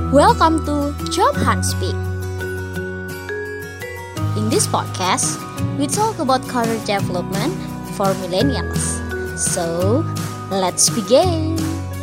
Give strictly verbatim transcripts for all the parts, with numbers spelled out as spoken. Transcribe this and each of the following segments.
Welcome to Job Hunt Speak. In this podcast, we talk about career development for millennials. So, let's begin.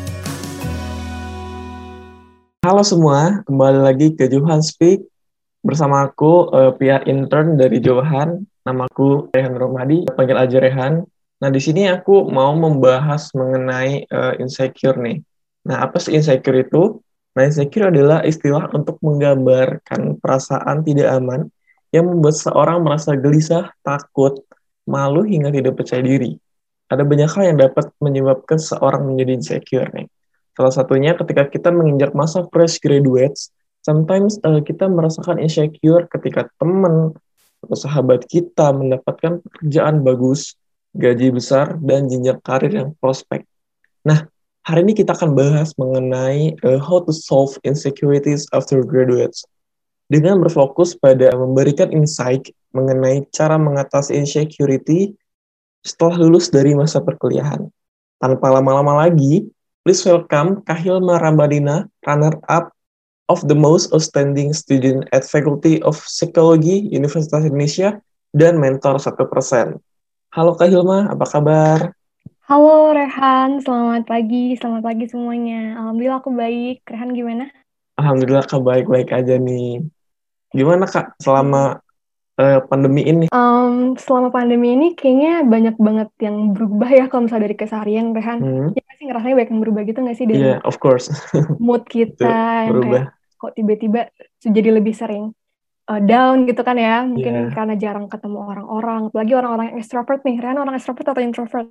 Halo semua, kembali lagi ke Job Hunt Speak bersama aku uh, P R intern dari Job Hunt. Namaku Rehan Romadi, panggil aja Rehan. Nah, di sini aku mau membahas mengenai uh, insecure nih. Nah, apa sih insecure itu? Nah, insecure adalah istilah untuk menggambarkan perasaan tidak aman yang membuat seorang merasa gelisah, takut, malu hingga tidak percaya diri. Ada banyak hal yang dapat menyebabkan seorang menjadi insecure nih. Salah satunya ketika kita menginjak masa fresh graduates, sometimes uh, kita merasakan insecure ketika teman atau sahabat kita mendapatkan pekerjaan bagus, gaji besar, dan jenjang karir yang prospek. Nah, hari ini kita akan bahas mengenai uh, how to solve insecurities after graduates. Dengan berfokus pada memberikan insight mengenai cara mengatasi insecurity setelah lulus dari masa perkuliahan. Tanpa lama-lama lagi, please welcome Kahilma Ramadina, runner-up of the most outstanding student at Faculty of Psychology, Universitas Indonesia, dan mentor satu persen. Halo Kahilma, apa kabar? Halo Rehan, selamat pagi, selamat pagi semuanya. Alhamdulillah aku baik. Rehan gimana? Alhamdulillah Kak, baik-baik aja nih. Gimana Kak selama uh, pandemi ini? Um, selama pandemi ini kayaknya banyak banget yang berubah ya kalau misalnya dari keseharian, Rehan. Hmm. Ya pasti ngerasanya banyak yang berubah gitu nggak sih dari Iya, yeah, of course. mood kita yang berubah. kayak kok tiba-tiba jadi lebih sering uh, down gitu kan ya. Mungkin Yeah. karena jarang ketemu orang-orang, apalagi orang-orang yang extrovert nih. Rehan orang extrovert atau introvert?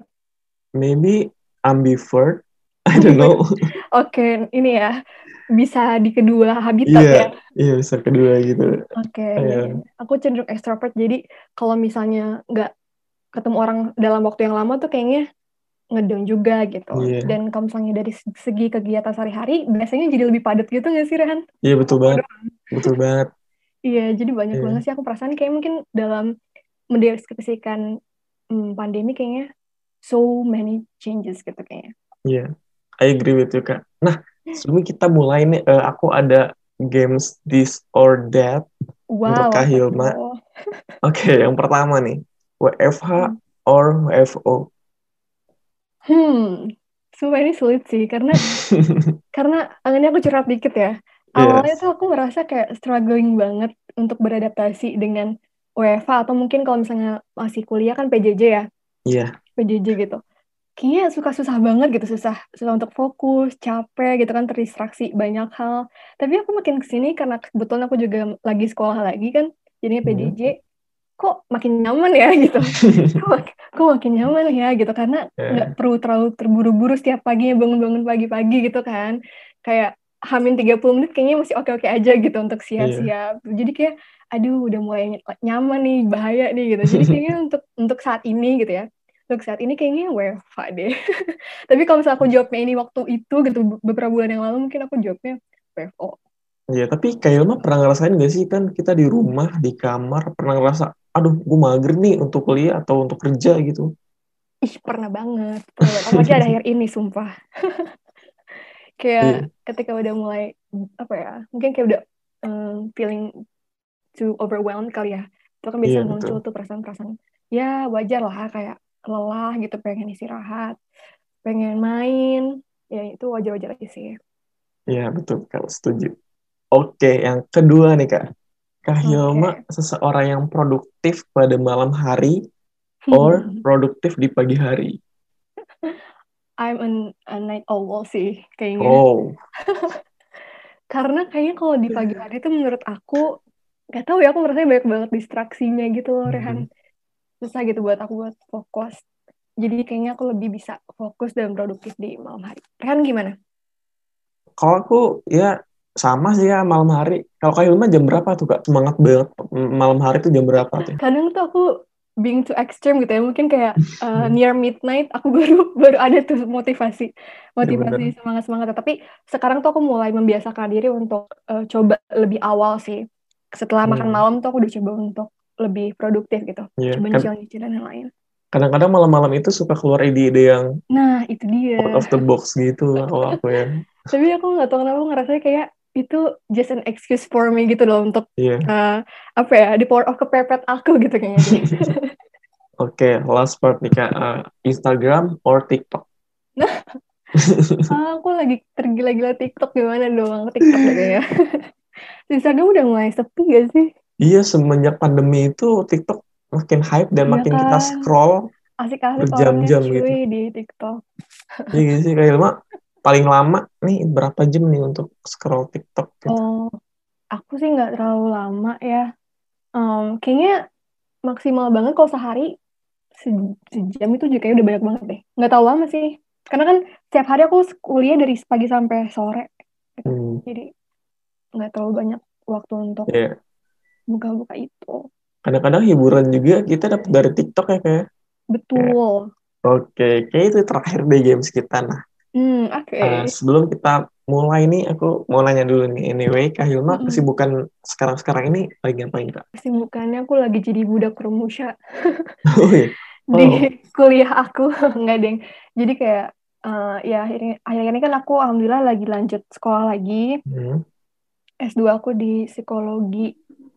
Maybe ambivert, I don't know. Oke, okay, ini ya bisa di kedua habitat Iya, ya. iya bisa kedua gitu. Oke, Ayo. iya. Aku cenderung extrovert, jadi kalau misalnya nggak ketemu orang dalam waktu yang lama tuh kayaknya ngedown juga gitu. Iya. Dan kalau misalnya dari segi kegiatan sehari-hari, biasanya jadi lebih padat gitu nggak sih, Rehan? Iya betul Aku banget, doang. betul banget. Iya, jadi banyak Iya. banget sih aku perasaan kayak mungkin dalam mendeskripsikan hmm, pandemi kayaknya so many changes gitu kayaknya. Iya, I agree with you Kak. Nah, sebelum kita mulai nih, uh, aku ada games this or that untuk Wow, Kak apa Hilma. tuh? Oke, yang pertama nih, W F H Hmm. or W F O? Hmm, sumpah ini sulit sih, karena karena ini aku curhat dikit ya. Awalnya Yes. tuh aku merasa kayak struggling banget untuk beradaptasi dengan W F H, atau mungkin kalau misalnya masih kuliah kan P J J ya, Iya. P J J gitu. Kayaknya suka susah banget gitu, susah susah untuk fokus, capek gitu kan, terdistraksi banyak hal. Tapi aku makin kesini karena kebetulan aku juga lagi sekolah lagi kan, jadinya P J J, kok makin nyaman ya gitu. kok, mak- kok makin nyaman ya gitu, karena nggak Yeah. perlu terlalu terburu-buru setiap paginya bangun-bangun pagi-pagi gitu kan. Kayak hamin tiga puluh menit kayaknya masih oke-oke aja gitu untuk siap-siap. Jadi kayak aduh udah mulai nyaman nih, bahaya nih gitu. Jadi kayaknya untuk untuk saat ini gitu ya. Untuk saat ini kayaknya W F H deh. Tapi kalau misalnya aku jawabnya ini waktu itu gitu, beberapa bulan yang lalu, mungkin aku jawabnya W F O. Iya, tapi Kak Hilma pernah ngerasain gak sih kan kita di rumah, di kamar, pernah ngerasa, aduh gue mager nih untuk kuliah atau untuk kerja gitu? Ih, pernah banget. Pernah banget. Apalagi ada akhir ini, sumpah. Kayak Iya. ketika udah mulai, apa ya, mungkin kayak udah um, feeling too overwhelmed kali ya. Itu kan biasa Iya, muncul betul. tuh perasaan-perasaan, ya wajar lah kayak lelah gitu, pengen istirahat, pengen main. Ya itu wajar-wajar aja sih. Iya, betul, Kak. Setuju. Oke, yang kedua nih, Kak. Kak Hilma Oke. seseorang yang produktif pada malam hari or produktif di pagi hari? I'm an, a night owl sih, kayaknya. Oh, Karena kayaknya kalau di pagi hari itu menurut aku, gak tahu ya, aku merasa banyak banget distraksinya gitu loh, Rehan. mhm. Susah gitu buat aku buat fokus. Jadi kayaknya aku lebih bisa fokus dan produktif di malam hari. Rehan gimana? Kalau aku ya sama sih ya malam hari. Kalau Kak Hilma jam berapa tuh, Kak? Semangat banget malam hari tuh jam berapa tuh? Kadang tuh aku being too extreme gitu ya. Mungkin kayak uh, near midnight aku baru baru ada tuh motivasi. Ya bener. Motivasi semangat-semangat. Tapi sekarang tuh aku mulai membiasakan diri untuk uh, coba lebih awal sih. Setelah makan Hmm. malam tuh aku udah coba untuk lebih produktif gitu. Iya, Coba kan nyicil-nyicil dan yang lain. kadang-kadang malam-malam itu suka keluar ide-ide yang Nah, itu dia. out of the box gitu lah kalau aku ya. Tapi aku nggak tahu kenapa aku ngerasanya kayak itu just an excuse for me gitu loh untuk Iya. uh, apa ya, the power of kepepet aku gitu kayaknya. Oke, last part nih Kak. Uh, Instagram or TikTok? Ah, aku lagi tergila-gila TikTok, gimana dong? TikTok deh kayaknya. Instagram udah mulai sepi gak sih? Iya, semenjak pandemi itu TikTok makin hype dan Iya makin kita kan, scroll asik-asik orangnya berjam-jam gitu. cuy di TikTok. Iya gitu sih, kayak Ilma paling lama nih berapa jam nih untuk scroll TikTok gitu. Oh, aku sih nggak terlalu lama ya. Um, kayaknya maksimal banget kalau sehari se- sejam itu juga kayaknya udah banyak banget deh. Nggak tahu lama sih. Karena kan setiap hari aku kuliah dari pagi sampai sore. Gitu. Hmm, Jadi nggak terlalu banyak waktu untuk ya. buka-buka itu. Kadang-kadang hiburan juga kita dapat dari TikTok ya kayak. Kayak, Betul. oke, kayak itu terakhir deh games kita. Nah, Hmm, oke. uh, sebelum kita mulai nih, aku mau nanya dulu nih. Anyway, Kak Hilma Mm-mm. kesibukan sekarang-sekarang ini lagi ngapain Kak? Kesibukannya aku lagi jadi budak rumusha Oh, iya. di Oh. kuliah aku. Nggak deng. Jadi kayak uh, ya akhirnya akhir ini kan aku alhamdulillah lagi lanjut sekolah lagi. Hmm. S dua aku di psikologi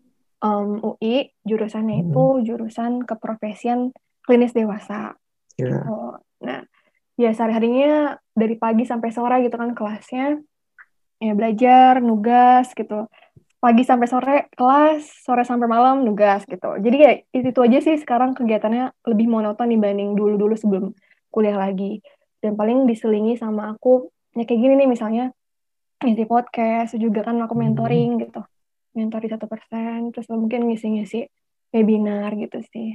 um, U I, jurusannya itu Hmm. jurusan keprofesian klinis dewasa Ya. gitu. Nah, ya sehari-harinya dari pagi sampai sore gitu kan kelasnya, ya belajar, nugas gitu. Pagi sampai sore kelas, sore sampai malam nugas gitu. Jadi ya itu aja sih sekarang kegiatannya lebih monoton dibanding dulu-dulu sebelum kuliah lagi. Dan paling diselingi sama aku, ya kayak gini nih misalnya, ngisi podcast, juga kan aku Hmm. mentoring gitu. Mentor di satu persen, terus mungkin ngisi-ngisi webinar gitu sih.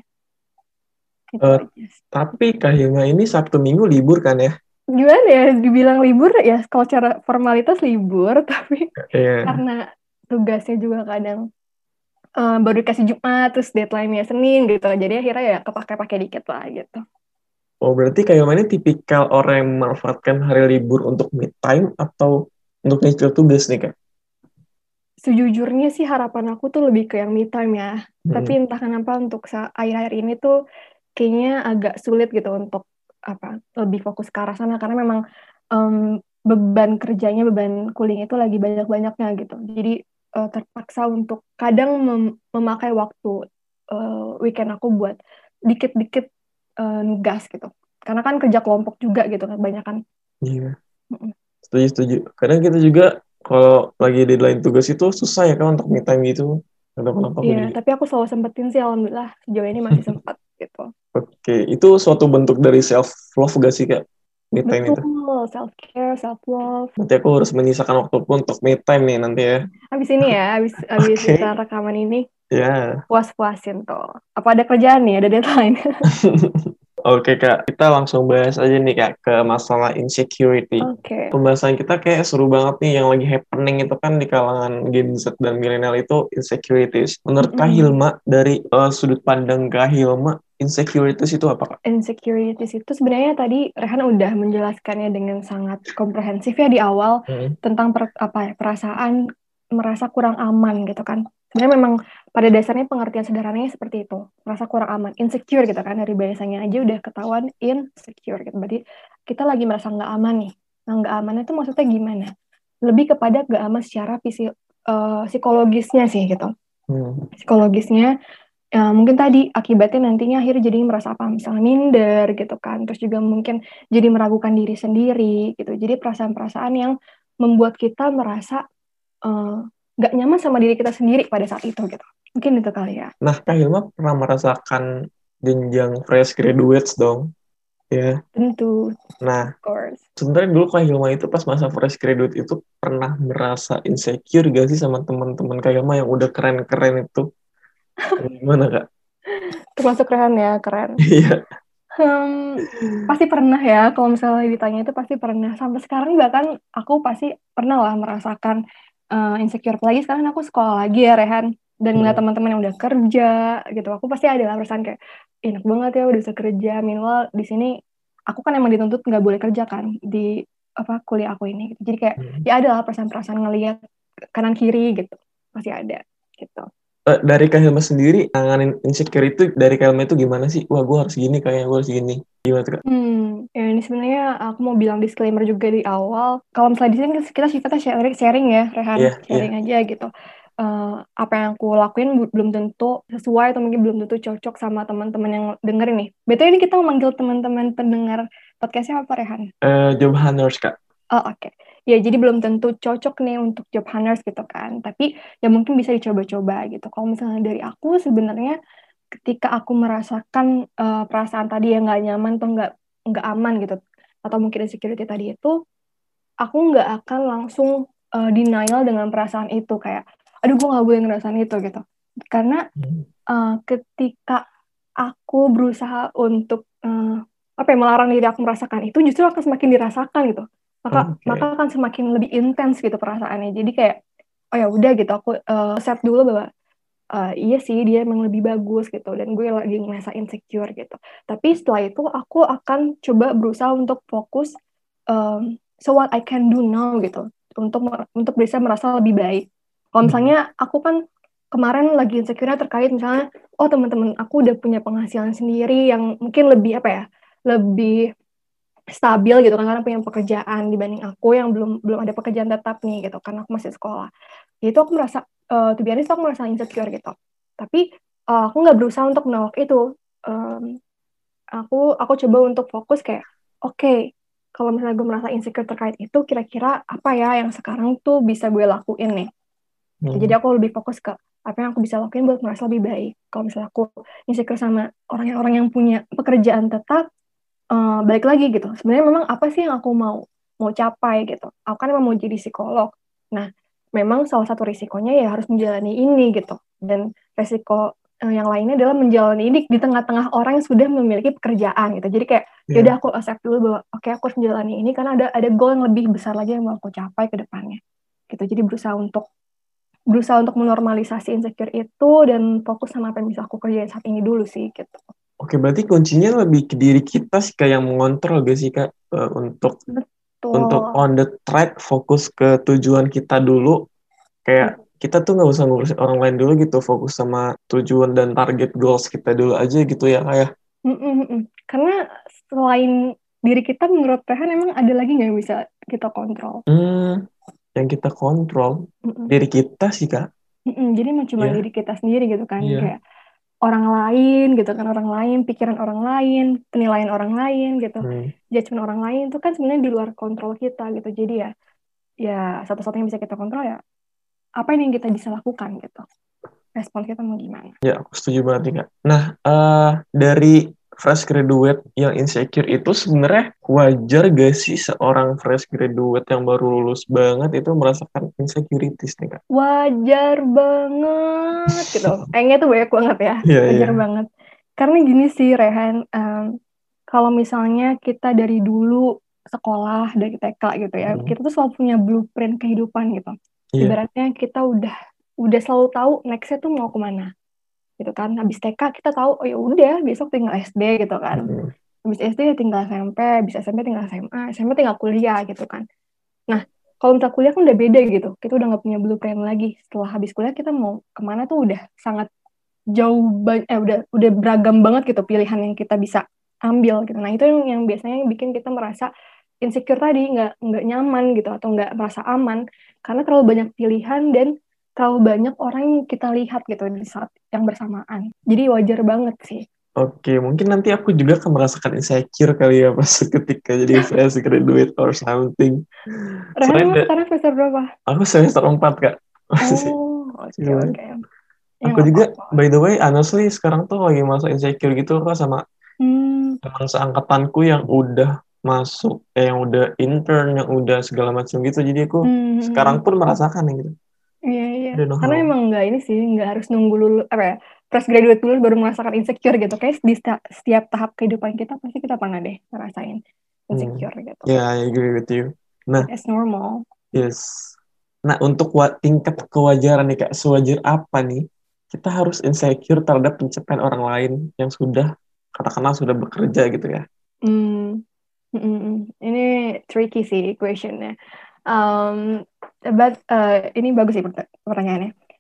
Itu Eh, aja sih. tapi Kak Hilma ini Sabtu Minggu libur kan ya? Gimana ya, dibilang libur ya, kalau secara formalitas libur, tapi Iya. karena tugasnya juga kadang eh, baru dikasih Jumat, terus deadline-nya Senin gitu. Jadi akhirnya ya kepake-pake dikit lah gitu. Oh, berarti Kak Hilma ini tipikal orang yang memanfaatkan hari libur untuk me time atau untuk nyicil tugas nih Kak? Sejujurnya sih harapan aku tuh lebih ke yang me time ya. Tapi Hmm. entah kenapa untuk sa- akhir-akhir ini tuh kayaknya agak sulit gitu untuk apa lebih fokus ke arah sana karena memang em, beban kerjanya, beban kuliahnya itu lagi banyak-banyaknya gitu. Jadi eh, terpaksa untuk kadang mem- memakai waktu eh, weekend aku buat dikit-dikit eh, nugas gitu. Karena kan kerja kelompok juga gitu kan banyak kan. Iya, setuju, setuju. Kadang kita juga kalau lagi deadline tugas itu susah ya kan untuk me time gitu. Atau kenapa aku Iya, juga. tapi aku selalu sempetin sih alhamdulillah sejauh ini masih sempat gitu. Oke, itu suatu bentuk dari self love gak sih Kak? Me time itu. Betul, self care, self love. Berarti aku harus menyisakan waktuku untuk me time nih nanti ya. Habis ini ya, habis habis kita Oke, rekaman ini ya. puas-puasin tuh. Apa ada kerjaan nih, ada deadline? Oke Kak, kita langsung bahas aja nih Kak ke masalah insecurity. Oke. Pembahasan kita kayak seru banget nih, yang lagi happening itu kan di kalangan Gen Z dan milenial itu insecurities. Menurut Kak Mm-mm. Hilma, dari eh, sudut pandang Kak Hilma, insecurities itu apa Kak? Insecurities itu sebenarnya tadi Rehan udah menjelaskannya dengan sangat komprehensif ya di awal Hmm. tentang per- apa ya, perasaan merasa kurang aman gitu kan. Sebenarnya memang pada dasarnya pengertian sederhananya seperti itu, merasa kurang aman, insecure gitu kan, dari bahasanya aja udah ketahuan insecure gitu. Berarti kita lagi merasa nggak aman nih. Nah, nggak aman itu maksudnya gimana? Lebih kepada nggak aman secara visi, eh, psikologisnya sih gitu. Hmm. Psikologisnya ya, mungkin tadi akibatnya nantinya akhirnya jadi merasa apa misalnya minder gitu kan, terus juga mungkin jadi meragukan diri sendiri gitu, jadi perasaan-perasaan yang membuat kita merasa eh, nggak nyaman sama diri kita sendiri pada saat itu gitu, mungkin itu kali ya. Nah, Kak Hilma pernah merasakan jenjang fresh graduates dong? Ya. Tentu, Nah, of course. sebenarnya dulu Kak Hilma itu pas masa fresh graduate itu pernah merasa insecure gak sih sama teman-teman Kak Hilma yang udah keren-keren itu? Gimana Kak? Termasuk keren ya, keren. Iya. Hmm, pasti pernah ya, kalau misalnya ditanya itu pasti pernah. Sampai sekarang bahkan aku pasti pernah lah merasakan eh, insecure. Apalagi sekarang aku sekolah lagi ya, Rehan. Dan ngeliat Hmm. teman-teman yang udah kerja gitu. Aku pasti ada lah perasaan kayak, enak banget ya udah bisa kerja. Minimal di sini, aku kan emang dituntut nggak boleh kerja kan di apa kuliah aku ini. Gitu. Jadi kayak, Hmm. ya ada lah perasaan-perasaan ngeliat kanan kiri gitu. Masih ada gitu. eh, dari Kak Hilma sendiri nanganin insecure itu dari Kak Hilma itu gimana sih? Wah, gue harus gini, kayaknya gue harus gini. Gimana tuh, Kak? Hmm, ya ini sebenarnya aku mau bilang disclaimer juga di awal. Kalau misalnya di sini kita sifatnya sharing, sharing ya, Rehan, Iya, iya. sharing aja gitu. Eh, apa yang aku lakuin bu- belum tentu sesuai atau mungkin belum tentu cocok sama teman-teman yang dengerin nih. Betul ini kita memanggil teman-teman pendengar podcastnya apa, Rehan? Eh, job hunters, Kak. Oh, oke. Ya, jadi belum tentu cocok nih untuk job hunters gitu kan. Tapi ya mungkin bisa dicoba-coba gitu. Kalau misalnya dari aku sebenarnya ketika aku merasakan eh, perasaan tadi yang nggak nyaman atau nggak nggak aman gitu, atau mungkin insecurity tadi itu, aku nggak akan langsung eh, denial dengan perasaan itu kayak, aduh gue nggak boleh ngerasain itu gitu. Karena Hmm. eh, ketika aku berusaha untuk eh, apa ya, melarang diri aku merasakan itu, justru akan semakin dirasakan gitu. Maka maka Oke. akan semakin lebih intens gitu perasaannya. Jadi kayak, oh ya udah gitu, aku eh, accept dulu bahwa eh, iya sih dia emang lebih bagus gitu dan gue lagi ngerasa insecure gitu. Tapi setelah itu aku akan coba berusaha untuk fokus um, so what I can do now gitu untuk untuk bisa merasa lebih baik. Kalau Hmm. misalnya aku kan kemarin lagi insecure terkait misalnya, oh teman-teman aku udah punya penghasilan sendiri yang mungkin lebih apa ya, lebih stabil gitu kan karena punya pekerjaan dibanding aku yang belum belum ada pekerjaan tetap nih gitu karena aku masih sekolah. Itu aku merasa uh, to be honest, aku merasa insecure gitu. Tapi uh, aku nggak berusaha untuk menolak itu. Um, aku aku coba untuk fokus kayak, oke, okay, kalau misalnya gue merasa insecure terkait itu, kira-kira apa ya yang sekarang tuh bisa gue lakuin nih. Gitu. Jadi Hmm. aku lebih fokus ke apa yang aku bisa lakuin buat merasa lebih baik. Kalau misalnya aku insecure sama orang-orang yang punya pekerjaan tetap, uh, balik lagi gitu. Sebenarnya memang apa sih yang aku mau mau capai gitu. Aku kan memang mau jadi psikolog. Nah, memang salah satu risikonya ya harus menjalani ini gitu. Dan resiko uh, yang lainnya adalah menjalani ini di tengah-tengah orang yang sudah memiliki pekerjaan gitu. Jadi kayak yaudah Iya. aku accept dulu bahwa oke okay, aku harus menjalani ini karena ada ada goal yang lebih besar lagi yang mau aku capai ke depannya. Gitu. Jadi berusaha untuk berusaha untuk menormalisasi insecure itu dan fokus sama apa yang bisa aku kerjain saat ini dulu sih gitu. Oke, berarti kuncinya lebih ke diri kita sih, Kak, yang mengontrol gak sih, Kak? Eh, untuk untuk Betul. on the track, fokus ke tujuan kita dulu. Kayak kita tuh nggak usah ngurusin orang lain dulu gitu, fokus sama tujuan dan target goals kita dulu aja gitu ya, Kak ya. Mm-mm-mm. Karena selain diri kita, menurut Rehan emang ada lagi nggak yang bisa kita kontrol? Hmm, yang kita kontrol Mm-mm. diri kita sih, Kak. Mm-mm. Jadi emang cuma Iya, diri kita sendiri gitu kan, iya. kayak orang lain gitu kan, orang lain, pikiran orang lain, penilaian orang lain gitu, Hmm. judgement orang lain itu kan sebenarnya di luar kontrol kita gitu. Jadi ya, ya satu-satunya yang bisa kita kontrol ya apa yang kita bisa lakukan gitu. Respon kita mau gimana? Ya, aku setuju banget nih, Kak. Nah, eh dari fresh graduate yang insecure itu sebenarnya wajar gak sih seorang fresh graduate yang baru lulus banget itu merasakan insecurities nih, Kak? Wajar banget gitu. Engnya tuh banyak banget ya. Iya, iya. Wajar banget. Karena gini sih Rehan, em, kalau misalnya kita dari dulu sekolah, dari T K gitu ya, Hmm. kita tuh selalu punya blueprint kehidupan gitu. Iya. Ibaratnya kita udah udah selalu tahu nextnya tuh mau kemana gitu kan. Habis T K kita tahu, oh ya udah besok tinggal S D gitu kan. Hmm. Habis S D ya tinggal S M P, habis S M P tinggal S M A, S M A tinggal kuliah gitu kan. Nah, kalau misalnya kuliah kan udah beda gitu. Kita udah nggak punya blueprint lagi. Setelah habis kuliah kita mau kemana tuh udah sangat jauh ba- eh udah udah beragam banget gitu pilihan yang kita bisa ambil gitu. Nah, itu yang, yang biasanya bikin kita merasa insecure tadi, nggak nggak nyaman gitu atau nggak merasa aman karena terlalu banyak pilihan dan terlalu banyak orang yang kita lihat gitu di saat yang bersamaan. Jadi wajar banget sih. Oke, mungkin nanti aku juga akan merasakan insecure kali ya pas ketika jadi fresh graduate or something. Rehan Soalnya emang da- sekarang semester berapa? aku semester empat, Kak. Masih. Oh, oke Masih. oke. Ya Aku nggak juga, apa-apa. by the way, honestly, sekarang tuh lagi masa insecure gitu, Kak, sama Hmm, teman seangkatanku yang udah masuk, eh, yang udah intern, yang udah segala macam gitu. Jadi aku hmm, hmm, hmm. sekarang pun merasakan yang gitu. Iya, iya. I don't know Karena how. emang nggak ini sih, nggak harus nunggu dulu, apa ya, fresh graduate dulu baru merasakan insecure gitu. Kayak di setiap, setiap tahap kehidupan kita pasti kita pernah deh ngerasain Hmm. insecure gitu. Ya, I agree with you. It Nah, is normal. yes. Nah, untuk wa- tingkat kewajaran nih, Kak, sewajar apa nih kita harus insecure terhadap pencapaian orang lain yang sudah, katakanlah sudah bekerja gitu ya. Hmm, hmm, hmm, hmm. Ini tricky sih questionnya. Um, but uh, ini bagus sih pert- pertanyaannya.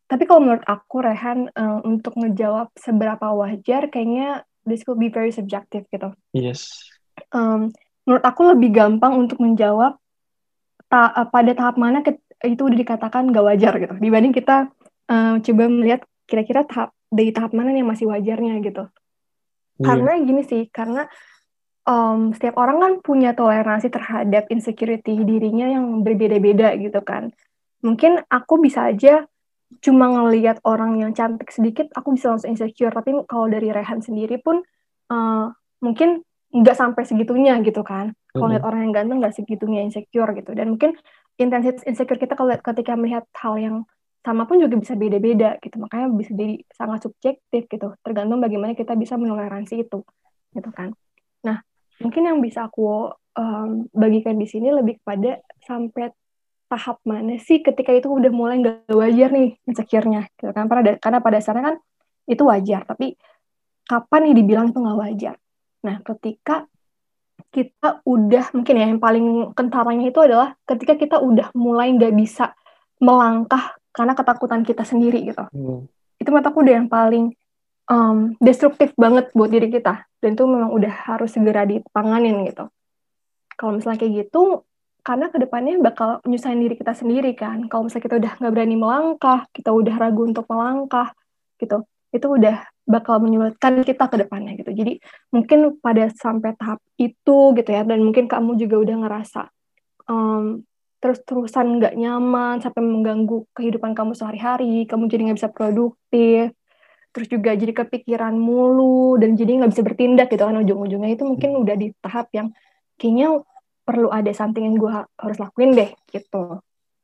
Tapi kalau menurut aku, Rehan, uh, untuk ngejawab seberapa wajar, kayaknya this could be very subjective gitu. Yes. Um, menurut aku lebih gampang untuk menjawab ta- uh, pada tahap mana ke- itu udah dikatakan gak wajar gitu, dibanding kita uh, coba melihat kira-kira tahap dari tahap mana yang masih wajarnya gitu. Iya. Karena gini sih, karena um, setiap orang kan punya toleransi terhadap insecurity dirinya yang berbeda-beda gitu kan. Mungkin aku bisa aja cuma ngelihat orang yang cantik sedikit, aku bisa langsung insecure. Tapi kalau dari Rehan sendiri pun, uh, mungkin nggak sampai segitunya gitu kan. Kalau lihat Mm-mm. orang yang ganteng nggak segitunya insecure gitu. Dan mungkin intensitas insecure kita kalau ketika melihat hal yang sama pun juga bisa beda-beda gitu. Makanya bisa jadi sangat subjektif gitu. Tergantung bagaimana kita bisa menoleransi itu gitu kan. Nah, mungkin yang bisa aku um, bagikan di sini lebih kepada sampai tahap mana sih ketika itu udah mulai nggak wajar nih insecure-nya gitu kan. Karena, karena pada dasarnya kan itu wajar, tapi kapan nih dibilang itu nggak wajar? Nah, ketika kita udah, mungkin ya yang paling kentalnya itu adalah ketika kita udah mulai nggak bisa melangkah karena ketakutan kita sendiri gitu. Hmm. Itu menurut aku udah yang paling um, destruktif banget buat diri kita, dan itu memang udah harus segera ditanganin gitu. Kalau misalnya kayak gitu, karena kedepannya bakal nyusahin diri kita sendiri kan. Kalau misalnya kita udah nggak berani melangkah, kita udah ragu untuk melangkah gitu, itu udah bakal menyulitkan kita ke depannya gitu. Jadi mungkin pada sampai tahap itu gitu ya, dan mungkin kamu juga udah ngerasa um, terus-terusan nggak nyaman sampai mengganggu kehidupan kamu sehari-hari, kamu jadi nggak bisa produktif, terus juga jadi kepikiran mulu dan jadi nggak bisa bertindak gitu kan, ujung-ujungnya itu mungkin udah di tahap yang kayaknya perlu ada something yang gue harus lakuin deh gitu.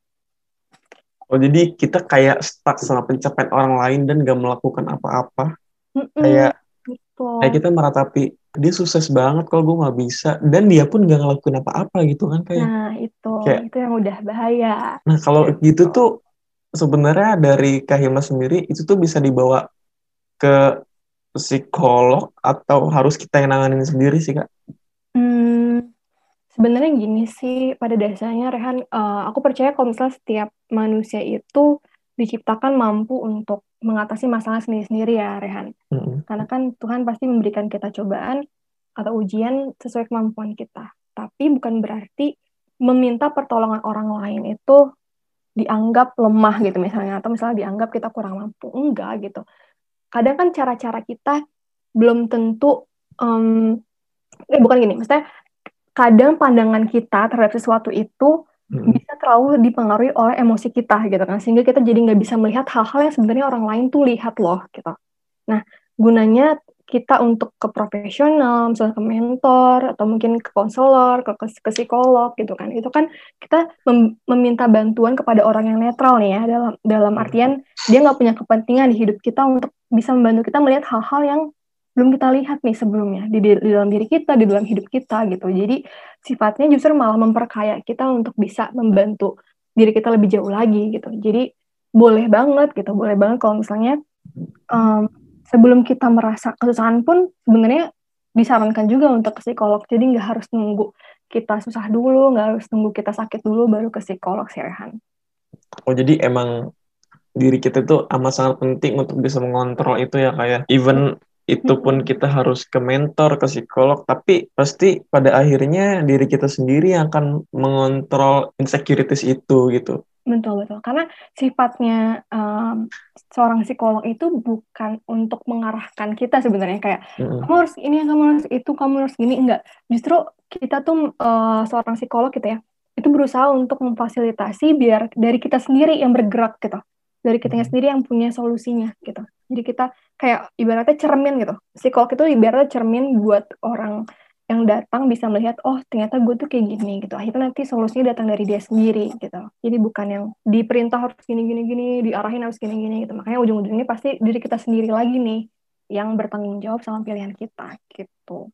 Oh, jadi kita kayak stuck sama pencapaian orang lain dan gak melakukan apa-apa. Mm-mm, Kayak gitu. kayak kita meratapi dia sukses banget kalau gue nggak bisa, dan dia pun gak ngelakuin apa-apa gitu kan, kayak Nah itu kayak itu yang udah bahaya. nah kalau gitu tuh sebenarnya dari Kak Hilma sendiri itu tuh bisa dibawa ke psikolog atau harus kita yang nanganin sendiri sih, Kak? Hmm, sebenarnya gini sih, pada dasarnya Rehan, uh, aku percaya kalau misalnya setiap manusia itu diciptakan mampu untuk mengatasi masalah sendiri-sendiri ya Rehan. Mm-mm. Karena kan Tuhan pasti memberikan kita cobaan atau ujian sesuai kemampuan kita. Tapi bukan berarti meminta pertolongan orang lain itu dianggap lemah gitu misalnya, atau misalnya dianggap kita kurang mampu. Enggak gitu. Kadang kan cara-cara kita belum tentu, um, eh bukan gini, maksudnya kadang pandangan kita terhadap sesuatu itu Mm-mm. bisa terlalu dipengaruhi oleh emosi kita gitu kan, sehingga kita jadi nggak bisa melihat hal-hal yang sebenarnya orang lain tuh lihat loh gitu. Nah, gunanya kita untuk ke profesional, misalnya ke mentor, atau mungkin ke konselor, ke, ke psikolog gitu kan. Itu kan kita mem- meminta bantuan kepada orang yang netral nih ya, dalam dalam artian dia nggak punya kepentingan di hidup kita untuk bisa membantu kita melihat hal-hal yang belum kita lihat nih sebelumnya di, di, di dalam diri kita, di dalam hidup kita gitu. Jadi sifatnya justru malah memperkaya kita untuk bisa membantu diri kita lebih jauh lagi gitu. Jadi boleh banget gitu, boleh banget kalau misalnya um, sebelum kita merasa kesusahan pun sebenarnya disarankan juga untuk ke psikolog. Jadi nggak harus nunggu kita susah dulu, nggak harus nunggu kita sakit dulu baru ke psikolog sih Rehan. Oh, jadi emang diri kita tuh amat sangat penting untuk bisa mengontrol itu ya, kayak even itu pun kita harus ke mentor, ke psikolog, tapi pasti pada akhirnya diri kita sendiri yang akan mengontrol insecurities itu gitu. Betul, betul. Karena sifatnya um, seorang psikolog itu bukan untuk mengarahkan kita sebenarnya kayak Mm-mm. kamu harus ini, kamu harus itu, kamu harus gini, enggak. Justru kita tuh uh, seorang psikolog gitu ya, itu berusaha untuk memfasilitasi biar dari kita sendiri yang bergerak gitu. Dari kitanya sendiri yang punya solusinya gitu. Jadi kita kayak ibaratnya cermin gitu. Psikolog itu ibaratnya cermin buat orang yang datang bisa melihat, oh ternyata gue tuh kayak gini gitu. Akhirnya nanti solusinya datang dari dia sendiri gitu. Jadi bukan yang diperintah harus gini gini gini, diarahin harus gini gini gitu. Makanya ujung-ujungnya pasti diri kita sendiri lagi nih yang bertanggung jawab sama pilihan kita gitu.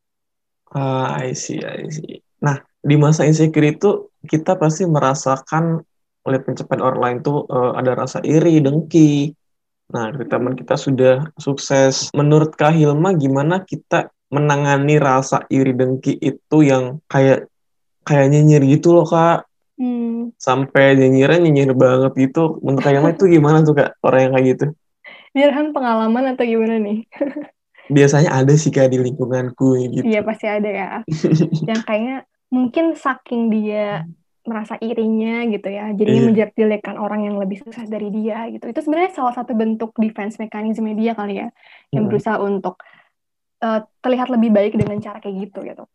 Ah, I see, I see. Nah, di masa insecure itu kita pasti merasakan oleh pencapaian orang lain tuh eh, ada rasa iri, dengki. Nah, dari teman kita sudah sukses. Menurut Kak Hilma, gimana kita menangani rasa iri dengki itu yang kayak kayak nyinyir gitu loh, Kak? Hmm. Sampai nyinyirnya nyinyir banget gitu. Menurut Kak Hilma itu gimana tuh Kak, orang yang kayak gitu? Biar kan pengalaman atau gimana nih? Biasanya ada sih Kak di lingkunganku Iya gitu. pasti ada ya. Yang kayaknya mungkin saking dia merasa irinya gitu ya, jadinya Iya. menjelek-jelekan orang yang lebih sukses dari dia gitu. Itu sebenarnya salah satu bentuk defense mechanism dia kali ya, yang Mm-mm. berusaha untuk uh, terlihat lebih baik dengan cara kayak gitu gitu.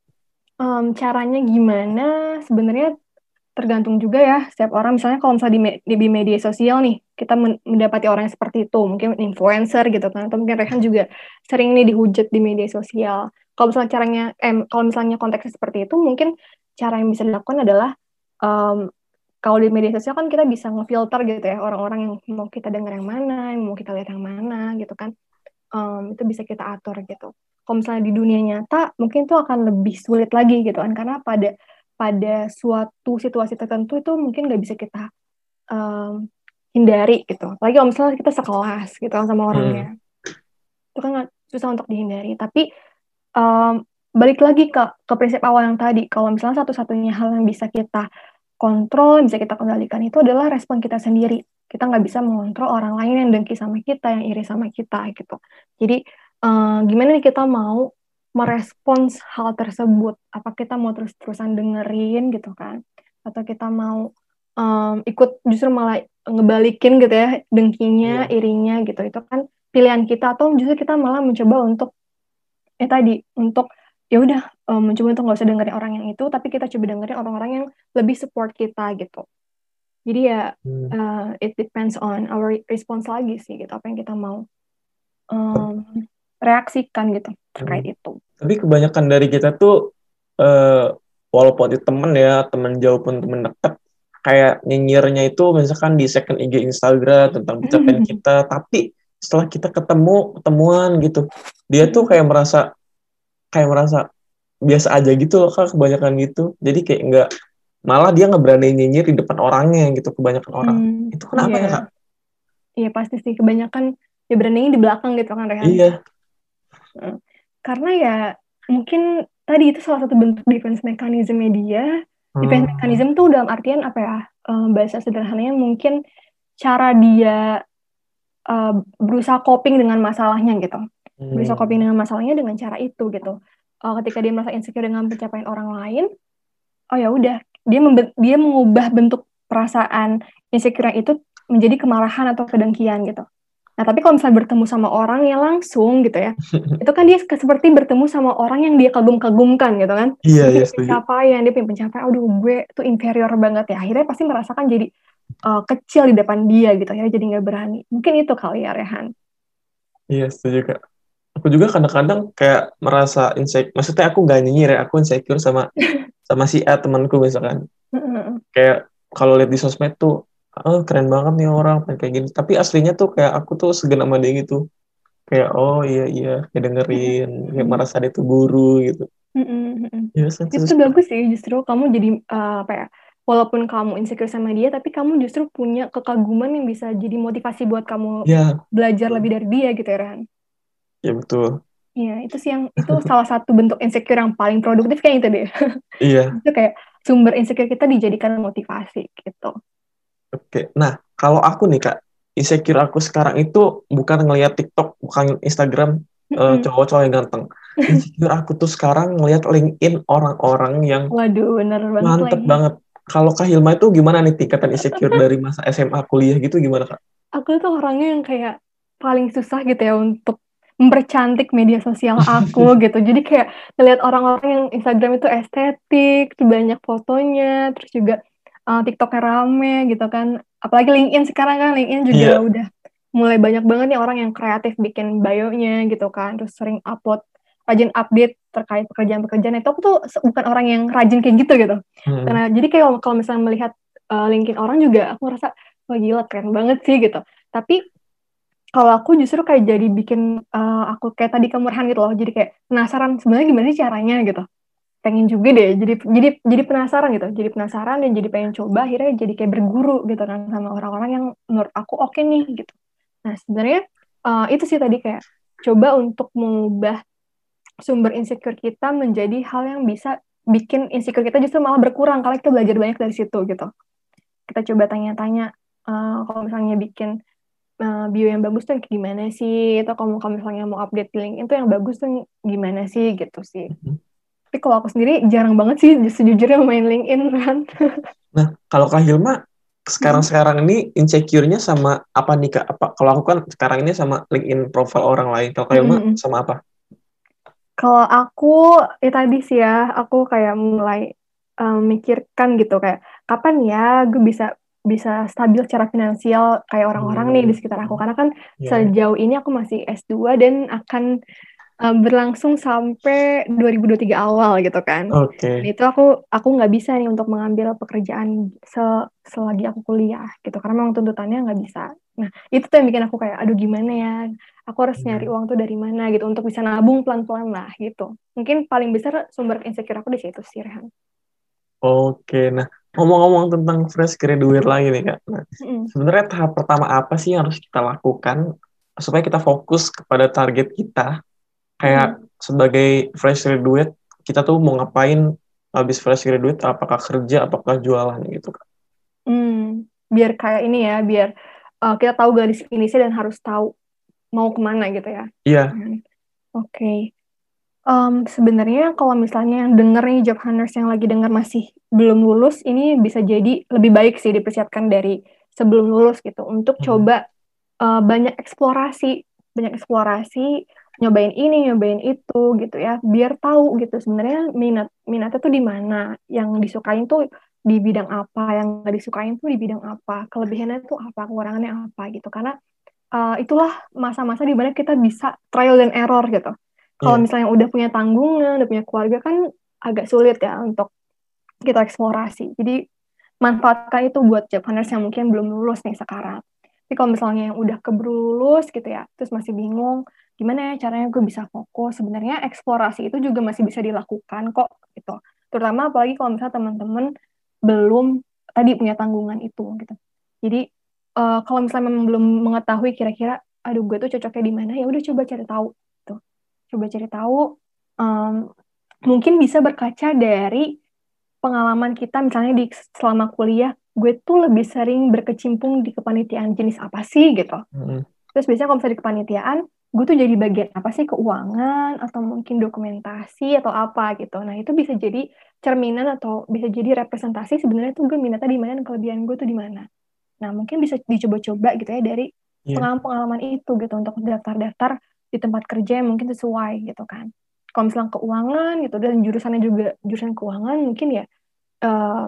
Um, caranya gimana? Sebenarnya tergantung juga ya setiap orang. Misalnya kalau misalnya di, me- di media sosial nih, kita men- mendapati orang yang seperti itu, mungkin influencer gitu kan, atau mungkin Rehan juga sering nih dihujat di media sosial. Kalau misalnya caranya, eh, kalau misalnya konteksnya seperti itu, mungkin cara yang bisa dilakukan adalah um, kalau di media sosial kan kita bisa ngefilter gitu ya orang-orang yang mau kita dengar yang mana, yang mau kita lihat yang mana gitu kan. Um, itu bisa kita atur gitu. Kalau misalnya di dunia nyata, mungkin itu akan lebih sulit lagi gitu kan, karena pada pada suatu situasi tertentu itu mungkin nggak bisa kita um, hindari gitu. Apalagi kalau misalnya kita sekelas gitu kan sama Mm-mm. orangnya, itu kan nggak susah untuk dihindari. Tapi um, balik lagi ke ke prinsip awal yang tadi, kalau misalnya satu-satunya hal yang bisa kita kontrol, yang bisa kita kendalikan itu adalah respon kita sendiri. Kita nggak bisa mengontrol orang lain yang dengki sama kita, yang iri sama kita gitu. Jadi uh, gimana nih kita mau merespons hal tersebut? Apa kita mau terus-terusan dengerin gitu kan? Atau kita mau um, ikut justru malah ngebalikin gitu ya dengkinya, Iya. irinya gitu. Itu kan pilihan kita, atau justru kita malah mencoba untuk eh tadi untuk ya udah um, mencoba untuk nggak usah dengerin orang yang itu, tapi kita coba dengerin orang-orang yang lebih support kita gitu. Jadi ya Hmm. uh, it depends on our response lagi sih gitu, apa yang kita mau um, reaksikan gitu terkait Hmm. itu. Tapi kebanyakan dari kita tuh eh, walaupun itu temen ya, temen jauh pun temen dekat, kayak nyinyirnya itu misalkan di second I G Instagram tentang pencapaian kita, tapi setelah kita ketemu ketemuan gitu, dia tuh kayak merasa kayak merasa biasa aja gitu loh Kak, kebanyakan gitu. Jadi kayak nggak, malah dia nggak berani nyinyir di depan orangnya gitu, kebanyakan orang. Hmm, Itu kenapa ya Kak? iya, iya pasti sih kebanyakan ya beraninya di belakang gitu kan Rehan. Iya. Hmm. Karena ya mungkin tadi itu salah satu bentuk defense mechanism media. Defense Hmm. mechanism tuh dalam artian apa ya? Um, bahasa sederhananya mungkin cara dia uh, berusaha coping dengan masalahnya gitu. Berusaha coping Hmm. dengan masalahnya dengan cara itu gitu. Uh, ketika dia merasa insecure dengan pencapaian orang lain, oh ya udah, dia membe- dia mengubah bentuk perasaan insecure itu menjadi kemarahan atau kedengkian gitu. Nah, tapi kalau misalnya bertemu sama orang yang langsung gitu ya, itu kan dia ke- seperti bertemu sama orang yang dia kagum-kagumkan gitu kan. Iya, Dia iya punya setuju. pencapaian, dia punya pencapaian, aduh gue tuh inferior banget ya. Akhirnya pasti merasakan jadi uh, kecil di depan dia gitu, akhirnya jadi nggak berani. Mungkin itu kali ya, Rehan. Iya setuju Kak. Aku juga kadang-kadang kayak merasa insecure. Maksudnya aku nggak nyinyir ya, aku insecure sama sama si A temanku misalkan. Kayak kalau lihat di sosmed tuh, oh keren banget nih orang kayak gini. Tapi aslinya tuh kayak aku tuh segan sama dia gitu. Kayak oh iya iya, kayak dengerin, kayak merasa dia tuh guru gitu. Ya Itu sensitif tuh seperti. bagus sih, justru kamu jadi uh, apa ya, walaupun kamu insecure sama dia, tapi kamu justru punya kekaguman yang bisa jadi motivasi buat kamu Ya, belajar lebih betul. dari dia gitu ya, Rehan. Ya betul. Iya, itu sih yang itu salah satu bentuk insecure yang paling produktif kayak itu deh. Iya. Itu kayak sumber insecure kita dijadikan motivasi gitu. Oke. Nah, kalau aku nih Kak, insecure aku sekarang itu bukan ngelihat TikTok, bukan Instagram eh, Mm-mm. cowok-cowok yang ganteng. Insecure aku tuh sekarang ngelihat LinkedIn orang-orang yang Waduh, bener banget mantep lagi. banget. Kalau Kak Hilma itu gimana nih tingkatan insecure dari masa S M A kuliah gitu gimana Kak? Aku tuh orangnya yang kayak paling susah gitu ya untuk mempercantik media sosial aku gitu. Jadi kayak ngeliat orang-orang yang Instagram itu estetik, tuh banyak fotonya, terus juga uh, TikToknya rame gitu kan. Apalagi LinkedIn sekarang kan, LinkedIn juga Iya, udah mulai banyak banget nih orang yang kreatif bikin bio-nya gitu kan. Terus sering upload, rajin update terkait pekerjaan-pekerjaan itu. Aku tuh se- bukan orang yang rajin kayak gitu gitu. hmm, Karena jadi kayak kalau misalnya melihat uh, LinkedIn orang juga, aku ngerasa wah gila keren banget sih gitu. Tapi kalau aku justru kayak jadi bikin uh, aku kayak tadi kamu Rehan gitu loh. Jadi kayak penasaran sebenarnya gimana sih caranya gitu. Pengen juga deh. Jadi jadi jadi penasaran gitu. Jadi penasaran dan jadi pengen coba. Akhirnya jadi kayak berguru gitu kan sama orang-orang yang menurut aku oke nih gitu. Nah sebenarnya uh, itu sih tadi kayak coba untuk mengubah sumber insecure kita menjadi hal yang bisa bikin insecure kita justru malah berkurang kalau kita belajar banyak dari situ gitu. Kita coba tanya-tanya uh, kalau misalnya bikin uh, bio yang bagus tuh kayak gimana sih, atau kalau, kalau misalnya mau update di LinkedIn tuh yang bagus tuh gimana sih gitu sih. Mhm. Tapi kalau aku sendiri jarang banget sih sejujurnya main LinkedIn kan. Nah, kalau Kak Hilma sekarang-sekarang ini insecure-nya sama apa nih Kak? Apa kalau aku kan sekarang ini sama LinkedIn profile orang lain. Kalau Kak Hilma Mm-mm. sama apa? Kalau aku ya tadi sih ya, aku kayak mulai um, mikirkan gitu kayak kapan ya gue bisa bisa stabil secara finansial kayak orang-orang nih di Hmm, sekitar aku, karena kan ya, ya. sejauh ini aku masih S dua dan akan um, berlangsung sampai dua ribu dua puluh tiga awal gitu kan. Oke. Dan itu aku aku nggak bisa nih untuk mengambil pekerjaan se- selagi aku kuliah gitu karena memang tuntutannya nggak bisa. Nah itu tuh yang bikin aku kayak aduh gimana ya, aku harus nyari Hmm. uang tuh dari mana gitu untuk bisa nabung pelan-pelan lah gitu. Mungkin paling besar sumber insecure aku di situ sih, Rehan. Oke. Nah, ngomong-ngomong tentang fresh graduate lagi nih Kak. Nah, Mm-mm. sebenarnya tahap pertama apa sih yang harus kita lakukan supaya kita fokus kepada target kita? Mm-mm. Kayak sebagai fresh graduate, kita tuh mau ngapain habis fresh graduate? Apakah kerja, apakah jualan gitu Kak? Hmm, biar kayak ini ya, biar uh, kita tahu garis finishnya dan harus tahu mau kemana gitu ya. Iya. Hmm. Oke. Okay. Um, sebenarnya kalau misalnya yang denger nih job hunters yang lagi denger masih belum lulus, ini bisa jadi lebih baik sih dipersiapkan dari sebelum lulus gitu untuk Hmm. coba uh, banyak eksplorasi, banyak eksplorasi, nyobain ini, nyobain itu gitu ya, biar tahu gitu sebenarnya minat minatnya tuh di mana, yang disukain tuh di bidang apa, yang nggak disukain tuh di bidang apa, kelebihannya tuh apa, kekurangannya apa gitu, karena uh, itulah masa-masa di mana kita bisa trial dan error gitu. Kalau Iya. misalnya udah punya tanggungan, udah punya keluarga kan agak sulit ya untuk kita eksplorasi. Jadi manfaatkan itu buat job hunters yang mungkin belum lulus nih sekarang. Tapi kalau misalnya yang udah keburu lulus gitu ya, terus masih bingung gimana ya caranya gue bisa fokus, sebenarnya eksplorasi itu juga masih bisa dilakukan kok gitu. Terutama apalagi kalau misalnya teman-teman belum tadi punya tanggungan itu gitu. Jadi uh, kalau misalnya memang belum mengetahui kira-kira aduh gue tuh cocoknya di mana, ya udah coba cari tahu gitu. Coba cari tahu, um, mungkin bisa berkaca dari pengalaman kita misalnya di selama kuliah, gue tuh lebih sering berkecimpung di kepanitiaan jenis apa sih gitu. Hmm. Terus biasanya kalau misalnya di kepanitiaan, gue tuh jadi bagian apa sih, keuangan atau mungkin dokumentasi atau apa gitu. Nah itu bisa jadi cerminan atau bisa jadi representasi sebenarnya tuh gue minatnya di mana dan kelebihan gue tuh di mana. Nah mungkin bisa dicoba-coba gitu ya dari Iya. pengalaman-pengalaman itu gitu untuk daftar-daftar di tempat kerja yang mungkin sesuai gitu kan. Kalau misalnya keuangan gitu dan jurusannya juga jurusan keuangan, mungkin ya uh,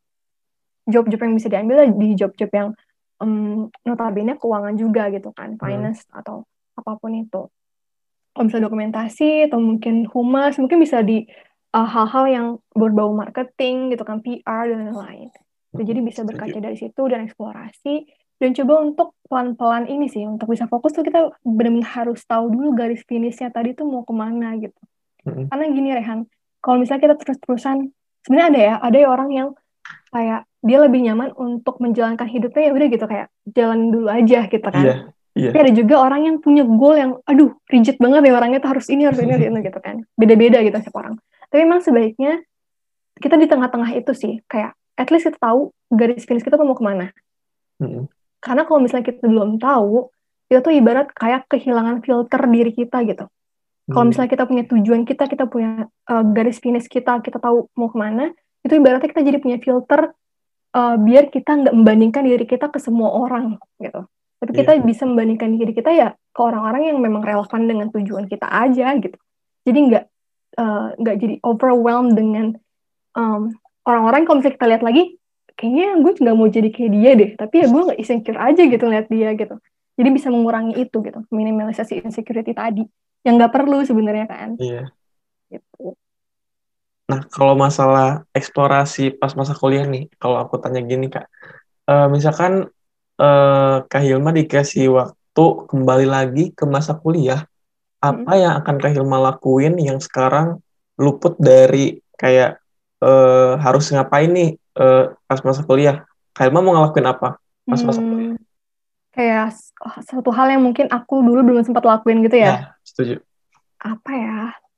job-job yang bisa diambil di job-job yang um, notabene keuangan juga gitu kan, Hmm. finance atau apapun itu. Kalau misalnya dokumentasi atau mungkin humas, mungkin bisa di uh, hal-hal yang berbau marketing gitu kan, P R dan lain-lain. Jadi bisa berkaca Setuju. dari situ dan eksplorasi dan coba untuk pelan-pelan ini sih untuk bisa fokus tuh kita benar-benar harus tahu dulu garis finishnya tadi tuh mau kemana gitu. Hmm. Karena gini Rehan, kalau misalnya kita terus-terusan, sebenarnya ada ya, ada ya orang yang kayak dia lebih nyaman untuk menjalankan hidupnya ya udah gitu kayak jalan dulu aja gitu Iya. kan. Iya. Tapi ada juga orang yang punya goal yang aduh rigid banget ya orangnya tuh harus ini harus ini harus ini gitu kan. Beda-beda gitu setiap orang. Tapi memang sebaiknya kita di tengah-tengah itu sih kayak at least kita tahu garis finish kita tuh mau kemana. Hmm. Karena kalau misalnya kita belum tahu, itu tuh ibarat kayak kehilangan filter diri kita gitu. Kalau Hmm. misalnya kita punya tujuan kita, kita punya uh, garis finish kita, kita tahu mau kemana, itu ibaratnya kita jadi punya filter uh, biar kita nggak membandingkan diri kita ke semua orang gitu. Tapi kita Iya. bisa membandingkan diri kita ya ke orang-orang yang memang relevan dengan tujuan kita aja gitu. Jadi nggak uh, nggak jadi overwhelmed dengan um, orang-orang. Kalau misalnya kita lihat lagi, kayaknya gue nggak mau jadi kayak dia deh. Tapi ya gue nggak insecure aja gitu lihat dia gitu. Jadi bisa mengurangi itu gitu, minimalisasi insecurity tadi yang nggak perlu sebenarnya kan. Iya. Gitu. Nah, kalau masalah eksplorasi pas masa kuliah nih, kalau aku tanya gini, Kak. Eh, misalkan eh, Kak Hilma dikasih waktu kembali lagi ke masa kuliah, Mm-mm. apa yang akan Kak Hilma lakuin yang sekarang luput dari kayak eh, harus ngapain nih eh, pas masa kuliah? Kak Hilma mau ngelakuin apa pas masa kuliah? Hmm, kayak satu hal yang mungkin aku dulu belum sempat lakuin gitu ya. Ya, setuju. Apa ya?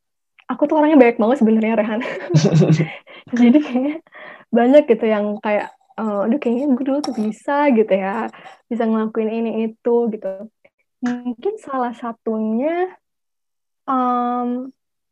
aku tuh orangnya banyak banget sebenarnya, Rehan. Jadi kayaknya banyak gitu yang kayak, uh, aduh kayaknya gue dulu tuh bisa gitu ya, bisa ngelakuin ini itu gitu. Mungkin salah satunya, um,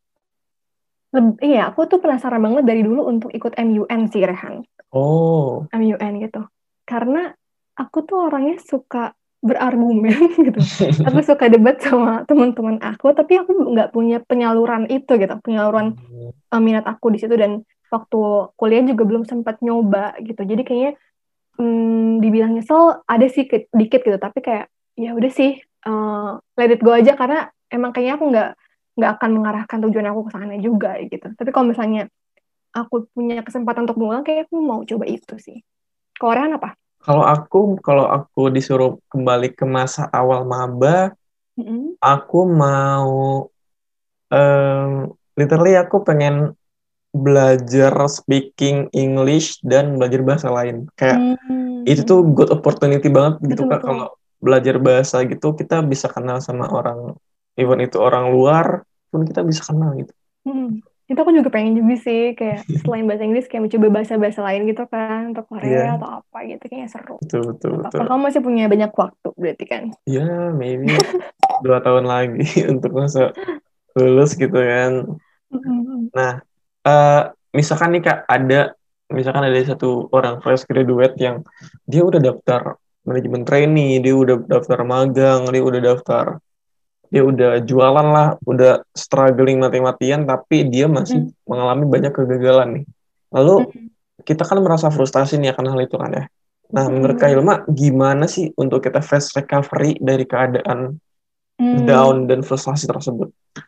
lebih, iya aku tuh penasaran banget dari dulu untuk ikut M U N sih, Rehan. Oh. M U N gitu. Karena aku tuh orangnya suka berargumen gitu. Aku suka debat sama teman-teman aku, tapi aku nggak punya penyaluran itu gitu, penyaluran uh, minat aku di situ, dan waktu kuliah juga belum sempat nyoba gitu. Jadi kayaknya hmm, dibilang nyesel ada sih ke- dikit gitu, tapi kayak ya udah sih, uh, let it go aja, karena emang kayaknya aku nggak nggak akan mengarahkan tujuan aku ke sana juga gitu. Tapi kalau misalnya aku punya kesempatan untuk mengulang, kayak aku mau coba itu sih. Kalau Rehan apa? Kalau aku, kalau aku disuruh kembali ke masa awal maba, Mm-mm. aku mau, em, literally aku pengen belajar speaking English dan belajar bahasa lain. Kayak itu tuh Hmm, good opportunity banget gitu betul Kak, betul. kalau belajar bahasa gitu kita bisa kenal sama orang, even itu orang luar pun kita bisa kenal gitu. Hmm. Itu aku juga pengen juga sih, kayak selain bahasa Inggris kayak mencoba bahasa-bahasa lain gitu kan, untuk Korea Iya, atau apa gitu, kayaknya seru. betul betul Gak apa-apa, betul. kamu masih punya banyak waktu berarti kan. Ya, maybe dua tahun lagi untuk masa lulus gitu kan. Mm-mm. Nah, eh, misalkan nih Kak, ada misalkan ada satu orang fresh graduate yang dia udah daftar manajemen trainee, dia udah daftar magang, dia udah daftar, dia udah jualan lah, udah struggling mati-matian, tapi dia masih Mm. mengalami banyak kegagalan nih. Lalu Mm. kita kan merasa frustasi nih akan hal itu kan ya. Nah, menurut Kak Mm. Hilma, gimana sih untuk kita fast recovery dari keadaan Mm. down dan frustasi tersebut?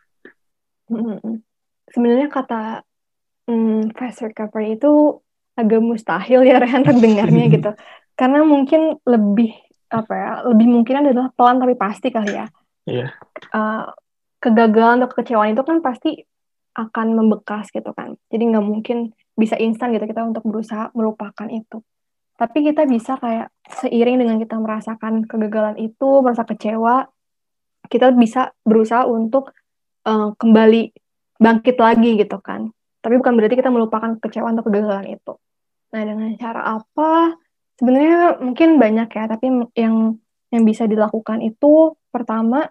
Mm. Sebenarnya kata mm, fast recovery itu agak mustahil ya, Rehan, terdengarnya gitu. Karena mungkin lebih apa ya, lebih mungkin adalah pelan tapi pasti kali ya. Iya, Uh, Kegagalan atau kekecewaan itu kan pasti akan membekas gitu kan. Jadi nggak mungkin bisa instan gitu kita untuk berusaha melupakan itu. Tapi kita bisa kayak seiring dengan kita merasakan kegagalan itu, merasa kecewa, kita bisa berusaha untuk uh, kembali bangkit lagi gitu kan. Tapi bukan berarti kita melupakan kekecewaan atau kegagalan itu. Nah, dengan cara apa? Sebenarnya mungkin banyak ya, tapi yang yang bisa dilakukan itu pertama,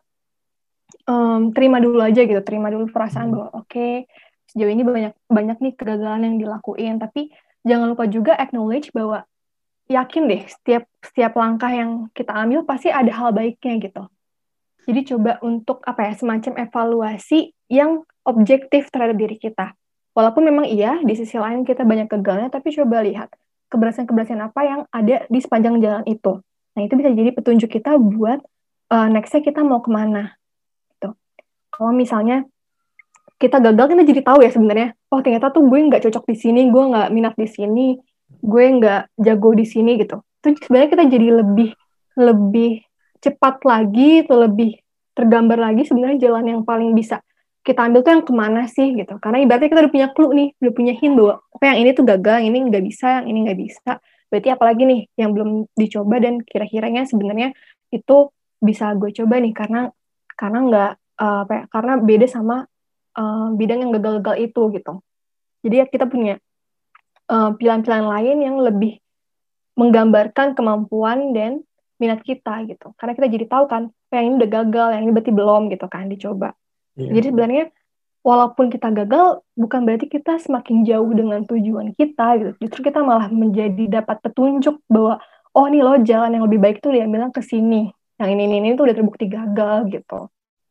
em, terima dulu aja gitu, terima dulu perasaan bahwa oke, sejauh ini banyak banyak nih kegagalan yang dilakuin, tapi jangan lupa juga acknowledge bahwa yakin deh setiap setiap langkah yang kita ambil pasti ada hal baiknya gitu. Jadi coba untuk apa ya, semacam evaluasi yang objektif terhadap diri kita. Walaupun memang iya di sisi lain kita banyak gagalnya, tapi coba lihat keberhasilan-keberhasilan apa yang ada di sepanjang jalan itu. Nah, itu bisa jadi petunjuk kita buat uh, next-nya kita mau kemana gitu. Kalau misalnya kita gagal, kita jadi tahu ya sebenarnya, oh ternyata tuh gue nggak cocok di sini, gue nggak minat di sini, gue nggak jago di sini gitu. Itu sebenarnya kita jadi lebih lebih cepat lagi, atau lebih tergambar lagi sebenarnya jalan yang paling bisa kita ambil tuh yang kemana sih gitu. Karena ibaratnya kita udah punya clue nih, udah punya hint bahwa apa yang ini tuh gagal, yang ini nggak bisa, yang ini nggak bisa. Berarti apalagi nih yang belum dicoba dan kira-kiranya sebenarnya itu bisa gue coba nih, karena karena nggak uh, apa ya, karena beda sama uh, bidang yang gagal-gagal itu gitu. Jadi ya kita punya uh, pilihan-pilihan lain yang lebih menggambarkan kemampuan dan minat kita gitu. Karena kita jadi tahu kan, oh, yang ini udah gagal, yang ini berarti belum gitu kan, dicoba. iya. Jadi sebenarnya walaupun kita gagal, bukan berarti kita semakin jauh dengan tujuan kita gitu. Justru kita malah menjadi dapat petunjuk bahwa, oh nih loh jalan yang lebih baik tuh diambil ke sini. Yang ini, ini, ini tuh udah terbukti gagal gitu.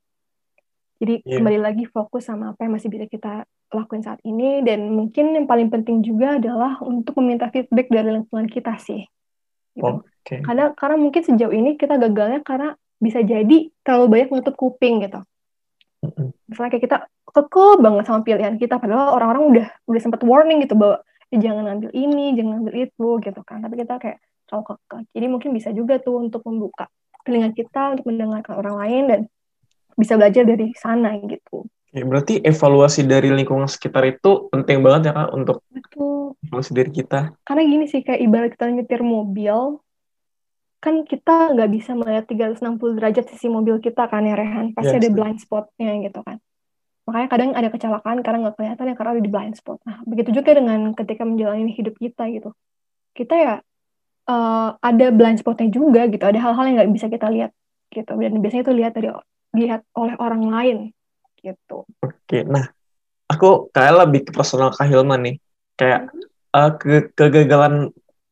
Jadi Iya. kembali lagi fokus sama apa yang masih bisa kita lakuin saat ini, dan mungkin yang paling penting juga adalah untuk meminta feedback dari lingkungan kita sih gitu. Oke. Karena karena mungkin sejauh ini kita gagalnya karena bisa jadi terlalu banyak menutup kuping gitu. Mm-mm. Misalnya kayak kita kekeh banget sama pilihan kita, padahal orang-orang udah udah sempat warning gitu bahwa eh, jangan ambil ini, jangan ambil itu gitu kan. Tapi kita kayak terlalu kekeh. Jadi mungkin bisa juga tuh untuk membuka telinga kita untuk mendengarkan orang lain dan bisa belajar dari sana gitu. Ya, berarti evaluasi dari lingkungan sekitar itu penting banget ya Kak untuk Betul. evaluasi diri kita. Karena gini sih, kayak ibarat kita nyetir mobil, kan kita nggak bisa melihat tiga ratus enam puluh derajat sisi mobil kita kan ya, Rehan. Pasti Ya, ada setuju. blind spotnya gitu kan. Makanya kadang ada kecelakaan karena nggak kelihatan ya karena ada di blind spot. Nah, begitu juga dengan ketika menjalani hidup kita gitu. Kita ya uh, ada blind spotnya juga gitu. Ada hal-hal yang nggak bisa kita lihat gitu. Dan biasanya itu lihat dari lihat oleh orang lain gitu. Oke, nah aku kayak lebih ke personal Kak Hilman nih. Kayak uh, ke kegagalan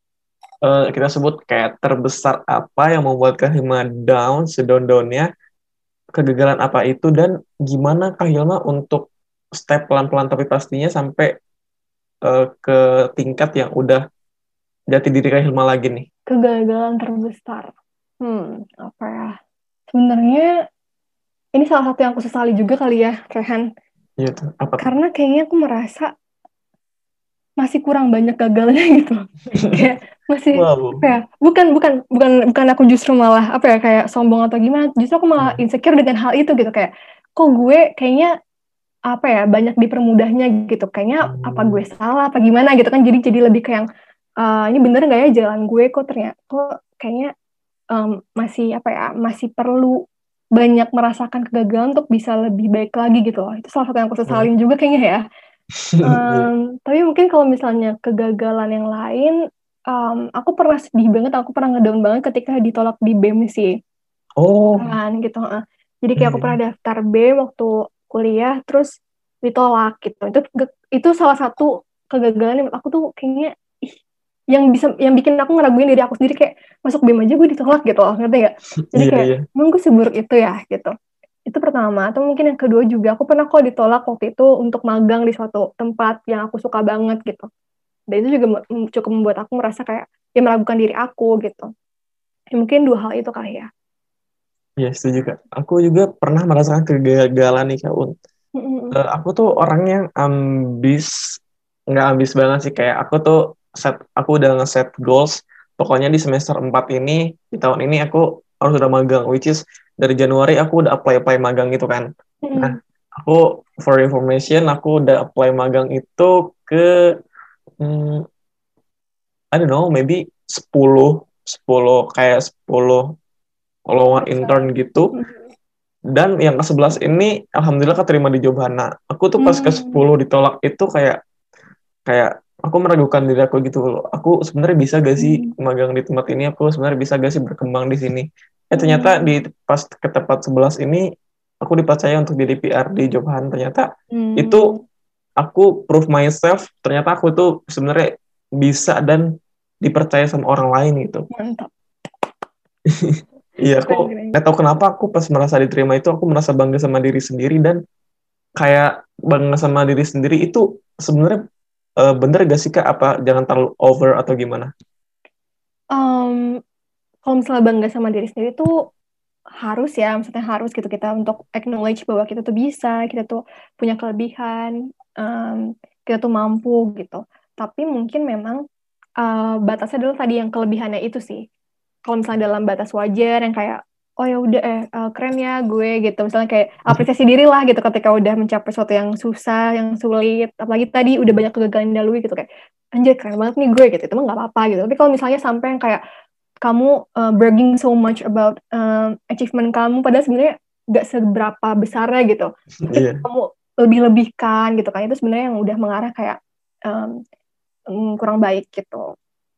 uh, kita sebut kayak terbesar apa yang membuat Kak Hilma down, sedown-downnya, kegagalan apa itu, dan gimana Kak Hilma untuk step pelan-pelan tapi pastinya sampai uh, ke tingkat yang udah jati diri Kak Hilma lagi nih. Kegagalan terbesar. Hmm, apa ya? Sebenarnya ini salah satu yang aku sesali juga kali ya, Rehan. Iya tuh, apa tuh? Karena kayaknya aku merasa masih kurang banyak gagalnya gitu. Kayak masih Wow. apa ya? Bukan bukan bukan bukan aku justru malah apa ya kayak sombong atau gimana. Justru aku malah Hmm. insecure dengan hal itu gitu kayak kok gue kayaknya apa ya banyak dipermudahnya gitu. Kayaknya Hmm. apa gue salah apa gimana gitu kan. Jadi jadi lebih kayak uh, ini bener nggak ya jalan gue kok ternyata kok kayaknya um, masih apa ya masih perlu banyak merasakan kegagalan untuk bisa lebih baik lagi gitu loh. Itu salah satu yang aku sesalin juga kayaknya ya. Um, tapi mungkin kalau misalnya kegagalan yang lain, um, aku pernah sedih banget, aku pernah ngedown banget ketika ditolak di B E M sih, Oh. kan gitu. Uh. Jadi kayak aku pernah daftar B E M waktu kuliah, terus ditolak gitu. Itu itu salah satu kegagalan yang aku tuh kayaknya ih, yang bisa yang bikin aku ngeraguin diri aku sendiri kayak masuk B E M aja gue ditolak gitu loh, ngerti gak? Jadi Iya, kayak iya. emang gue seburuk itu ya gitu. Itu pertama, atau mungkin yang kedua juga aku pernah kok ditolak waktu itu untuk magang di suatu tempat yang aku suka banget gitu. Dan itu juga m- cukup membuat aku merasa kayak ya meragukan diri aku gitu. Ya, mungkin dua hal itu kali ya. Iya, setuju Kak. Aku juga pernah merasakan kegagalan nih Kak Un. Mm-mm. Eh, aku tuh orang yang ambis, nggak ambis banget sih. Kayak aku tuh set, aku udah nge-set goals. Pokoknya di semester empat ini, di tahun ini aku harus udah magang. Which is dari Januari aku udah apply-apply magang gitu kan. Nah, Mm-mm. aku for information, aku udah apply magang itu ke, hmm, I don't know, maybe sepuluh, sepuluh kayak sepuluh lowongan intern gitu. Mm-mm. Dan yang ke sebelas ini alhamdulillah keterima di Jobhana. Aku tuh pas ke Mm. sepuluh ditolak itu kayak kayak aku meragukan diri aku gitu loh. Aku sebenarnya bisa gak sih Mm. magang di tempat ini? Aku sebenarnya bisa gak sih berkembang di sini? Eh ternyata Mm. di pas ke tempat sebelas ini aku dipercaya untuk jadi P R di Jobhan. Ternyata Mm. itu aku prove myself. Ternyata aku tuh sebenarnya bisa dan dipercaya sama orang lain gitu. Mantap. Iya, aku Keren, keren. nggak tahu kenapa aku pas merasa diterima itu aku merasa bangga sama diri sendiri, dan kayak bangga sama diri sendiri itu sebenarnya uh, bener gak sih Kak? Apa jangan terlalu over atau gimana? Um, kalau misalnya bangga sama diri sendiri tuh harus ya, maksudnya harus gitu kita untuk acknowledge bahwa kita tuh bisa, kita tuh punya kelebihan, um, kita tuh mampu gitu. Tapi mungkin memang uh, batasnya adalah tadi yang kelebihannya itu sih. Kalau misalnya dalam batas wajar yang kayak oh ya udah eh uh, keren ya gue gitu. Misalnya kayak apresiasi diri lah gitu ketika udah mencapai sesuatu yang susah, yang sulit. Apalagi tadi udah banyak kegagalan dahulu gitu kayak anjir keren banget nih gue gitu. Itu mah nggak apa-apa gitu. Tapi kalau misalnya sampai yang kayak kamu uh, bragging so much about um, achievement kamu padahal sebenarnya nggak seberapa besarnya gitu tapi Iya. kamu lebih-lebihkan gitu kan itu sebenarnya yang udah mengarah kayak um, um, kurang baik gitu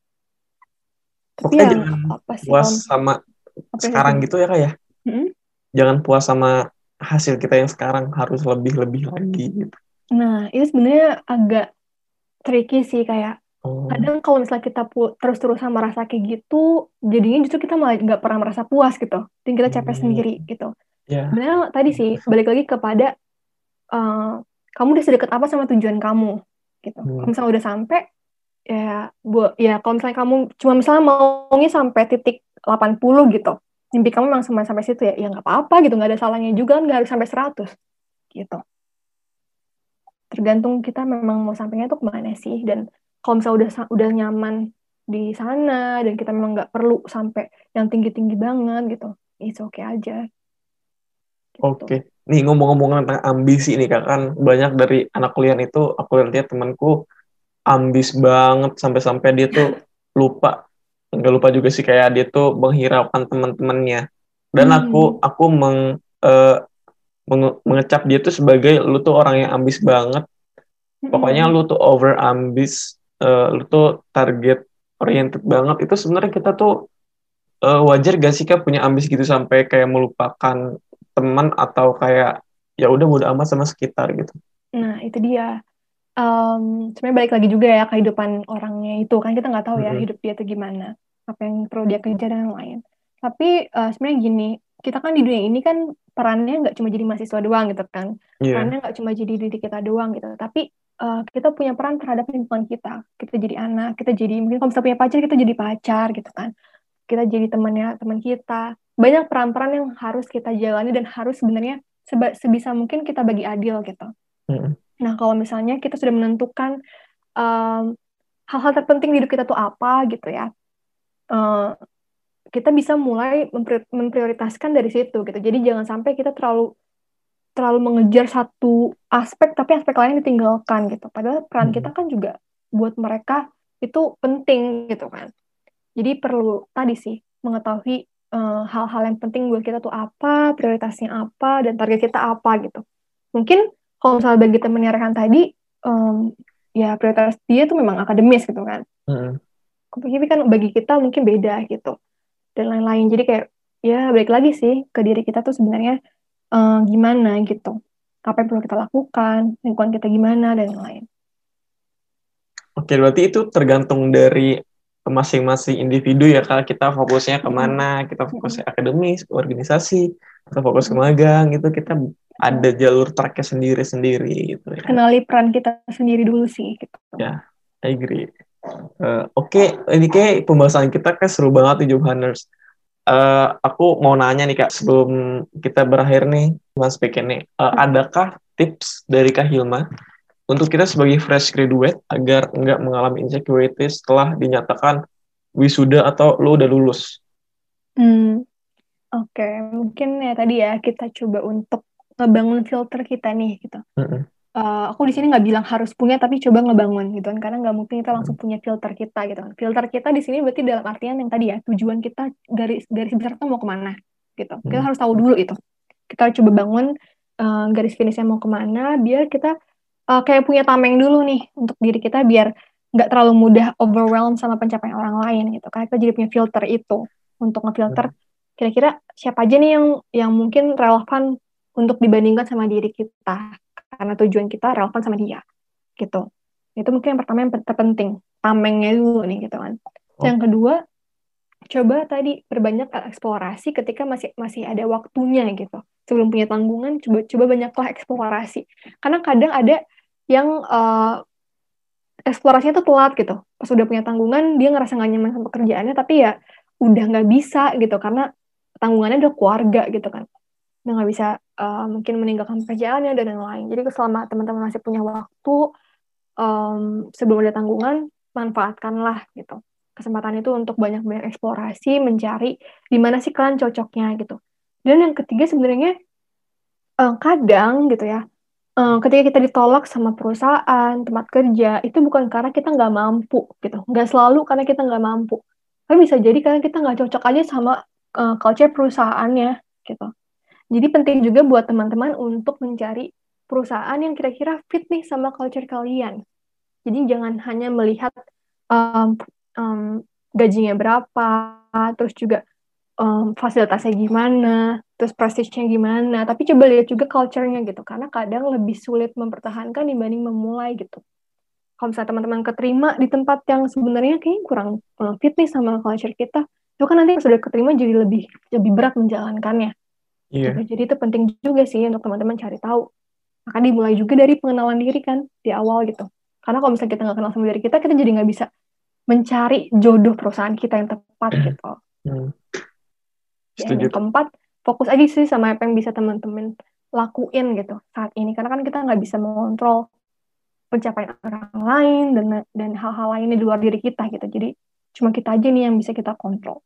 tapi Pokoknya ya jangan apa sih puas kalau sama sekarang gitu ya Kak ya. hmm? Jangan puas sama hasil kita yang sekarang, harus lebih-lebih lagi gitu. Nah itu sebenarnya agak tricky sih kayak Oh. kadang kalau misalnya kita pu- terus-terusan merasa kayak gitu jadinya justru kita malah nggak pernah merasa puas gitu dan kita capek Hmm. sendiri gitu Ya. sebenarnya tadi sih balik lagi kepada uh, kamu udah sedekat apa sama tujuan kamu gitu. Hmm. Kalau misalnya udah sampai ya bu ya kalau misalnya kamu cuma misalnya maunya sampai titik delapan puluh gitu. Mimpi kamu memang sampai sampai situ ya ya nggak apa-apa gitu, nggak ada salahnya juga kan nggak harus sampai seratus gitu. Tergantung kita memang mau sampainya tuh kemana sih dan kalau misalnya udah udah nyaman di sana dan kita memang nggak perlu sampai yang tinggi-tinggi banget gitu. It's okay aja. Gitu. Oke. Nih ngomong-ngomong tentang ambisi nih Kak, kan banyak dari anak kuliah itu aku lihat temanku ambis banget sampai-sampai dia tuh lupa, nggak lupa juga sih kayak dia tuh menghiraukan teman-temannya. Dan aku Hmm. aku meng eh, menge- mengecap dia tuh sebagai lu tuh orang yang ambis banget. Pokoknya lu tuh over ambis, uh, lu tuh target oriented banget. Itu sebenarnya kita tuh uh, wajar gak sih Kak punya ambis gitu sampai kayak melupakan teman atau kayak ya udah bodo amat sama sekitar gitu. Nah, itu dia. Um, sebenarnya balik lagi juga ya kehidupan orangnya itu kan kita nggak tahu ya Mm-mm. hidup dia itu gimana, apa yang perlu dia kejar dan lain. Tapi uh, sebenarnya gini, kita kan di dunia ini kan perannya nggak cuma jadi mahasiswa doang gitu kan, Iya. perannya nggak cuma jadi diri kita doang gitu. Tapi uh, kita punya peran terhadap lingkungan kita. Kita jadi anak, kita jadi mungkin kalau misalnya punya pacar kita jadi pacar gitu kan. Kita jadi temannya teman kita. Banyak peran-peran yang harus kita jalani dan harus sebenarnya seba- sebisa mungkin kita bagi adil gitu. Mm-mm. Nah, kalau misalnya kita sudah menentukan um, hal-hal terpenting di hidup kita tuh apa gitu ya, uh, kita bisa mulai memprior- memprioritaskan dari situ gitu. Jadi jangan sampai kita terlalu terlalu mengejar satu aspek tapi aspek lain ditinggalkan gitu. Padahal peran kita Mm-mm. kan juga buat mereka itu penting gitu kan. Jadi perlu tadi sih mengetahui uh, hal-hal yang penting buat kita tuh apa, prioritasnya apa, dan target kita apa gitu. Mungkin kalau misalnya bagi temennya Rehan tadi, um, ya prioritas dia tuh memang akademis gitu kan. Mm-mm. Tapi kan bagi kita mungkin beda gitu. Dan lain-lain. Jadi kayak, ya balik lagi sih ke diri kita tuh sebenarnya uh, gimana gitu. Apa yang perlu kita lakukan, lingkungan kita gimana, dan lain-lain. Oke, berarti itu tergantung dari masing-masing individu ya Kak. Kita fokusnya Mm-mm. kemana, kita Mm-mm. fokusnya akademis, ke organisasi, atau fokus ke Mm-mm. magang gitu. Kita ada Betul. jalur tracknya sendiri-sendiri gitu ya. Kenali peran kita sendiri dulu sih gitu. Ya, I agree. Eh, Oke, ini kayak pembahasan kita kayak seru banget nih Johannes. Eh, aku mau nanya nih Kak, sebelum kita berakhir nih, Mas Peke nih, eh, adakah tips dari Kak Hilma untuk kita sebagai fresh graduate agar nggak mengalami insecurity setelah dinyatakan wisuda atau lu udah lulus? Hmm, oke, mungkin ya tadi ya kita coba untuk ngebangun filter kita nih gitu. Mm-mm. Uh, aku di sini nggak bilang harus punya, tapi coba ngebangun gitu kan, karena nggak mungkin kita langsung punya filter kita gitu kan. Filter kita di sini berarti dalam artian yang tadi ya, tujuan kita garis garis besar kita mau kemana gitu. Kita Mm. harus tahu dulu itu. Kita coba bangun uh, garis finishnya mau kemana, biar kita uh, kayak punya tameng dulu nih untuk diri kita, biar nggak terlalu mudah overwhelmed sama pencapaian orang lain gitu. Karena kita jadi punya filter itu untuk ngefilter kira-kira siapa aja nih yang yang mungkin relevan untuk dibandingkan sama diri kita, karena tujuan kita relevan sama dia gitu. Itu mungkin yang pertama yang terpenting, tamengnya dulu nih gitu kan. Oh. Yang kedua, coba tadi berbanyak eksplorasi ketika masih masih ada waktunya gitu. Sebelum punya tanggungan, coba coba banyaklah eksplorasi. Karena kadang ada yang uh, eksplorasinya tuh telat gitu. Pas udah punya tanggungan, dia ngerasa gak nyaman sama pekerjaannya, tapi ya udah nggak bisa gitu karena tanggungannya udah keluarga gitu kan. Udah nggak bisa uh, mungkin meninggalkan pekerjaannya dan lain-lain. Jadi selama teman-teman masih punya waktu um, sebelum ada tanggungan, manfaatkanlah gitu kesempatan itu untuk banyak-banyak eksplorasi, mencari di mana sih kalian cocoknya gitu. Dan yang ketiga sebenarnya uh, kadang gitu ya, uh, ketika kita ditolak sama perusahaan, tempat kerja, itu bukan karena kita nggak mampu gitu. Nggak selalu karena kita nggak mampu. Tapi bisa jadi karena kita nggak cocok aja sama uh, culture perusahaannya gitu. Jadi penting juga buat teman-teman untuk mencari perusahaan yang kira-kira fit nih sama culture kalian. Jadi jangan hanya melihat um, um, gajinya berapa, terus juga um, fasilitasnya gimana, terus prestige-nya gimana, tapi coba lihat juga culture-nya gitu, karena kadang lebih sulit mempertahankan dibanding memulai gitu. Kalau misalnya teman-teman keterima di tempat yang sebenarnya kayaknya kurang um, fit nih sama culture kita, itu kan nanti pas sudah keterima jadi lebih lebih berat menjalankannya. Iya. Gitu. Jadi itu penting juga sih untuk teman-teman cari tahu. Maka dimulai juga dari pengenalan diri kan di awal gitu. Karena kalau misalnya kita nggak kenal sama diri kita, kita jadi nggak bisa mencari jodoh perusahaan kita yang tepat gitu. Hmm. Dan Setuju. yang keempat, fokus aja sih sama apa yang bisa teman-teman lakuin gitu saat ini. Karena kan kita nggak bisa mengontrol pencapaian orang lain dan dan hal-hal lainnya di luar diri kita gitu. Jadi cuma kita aja nih yang bisa kita kontrol.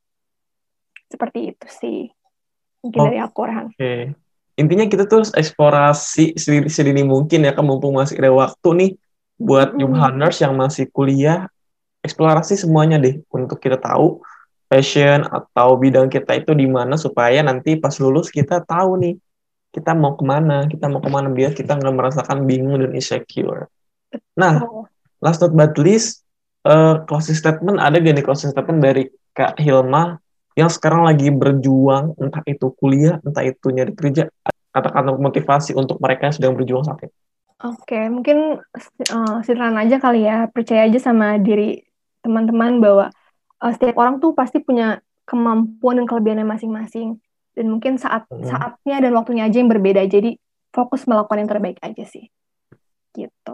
Seperti itu sih. Mungkin Oh, dari aku, Rehan. Oke. Intinya kita tuh harus eksplorasi sedini, sedini mungkin ya kan, mumpung masih ada waktu nih buat Mm-mm. Jumhaners yang masih kuliah, eksplorasi semuanya deh untuk kita tahu passion atau bidang kita itu di mana supaya nanti pas lulus kita tahu nih kita mau kemana, kita mau kemana biar kita nggak merasakan bingung dan insecure. Nah, Oh, last not but least, uh, closing statement, ada gak nih closing statement dari Kak Hilma yang sekarang lagi berjuang, entah itu kuliah, entah itu nyari kerja, katakan motivasi untuk mereka yang sedang berjuang saat ini. oke, mungkin uh, sederhana aja kali ya, percaya aja sama diri teman-teman bahwa uh, setiap orang tuh pasti punya kemampuan dan kelebihannya masing-masing. Dan mungkin saat Hmm. saatnya dan waktunya aja yang berbeda. Jadi fokus melakukan yang terbaik aja sih. Gitu.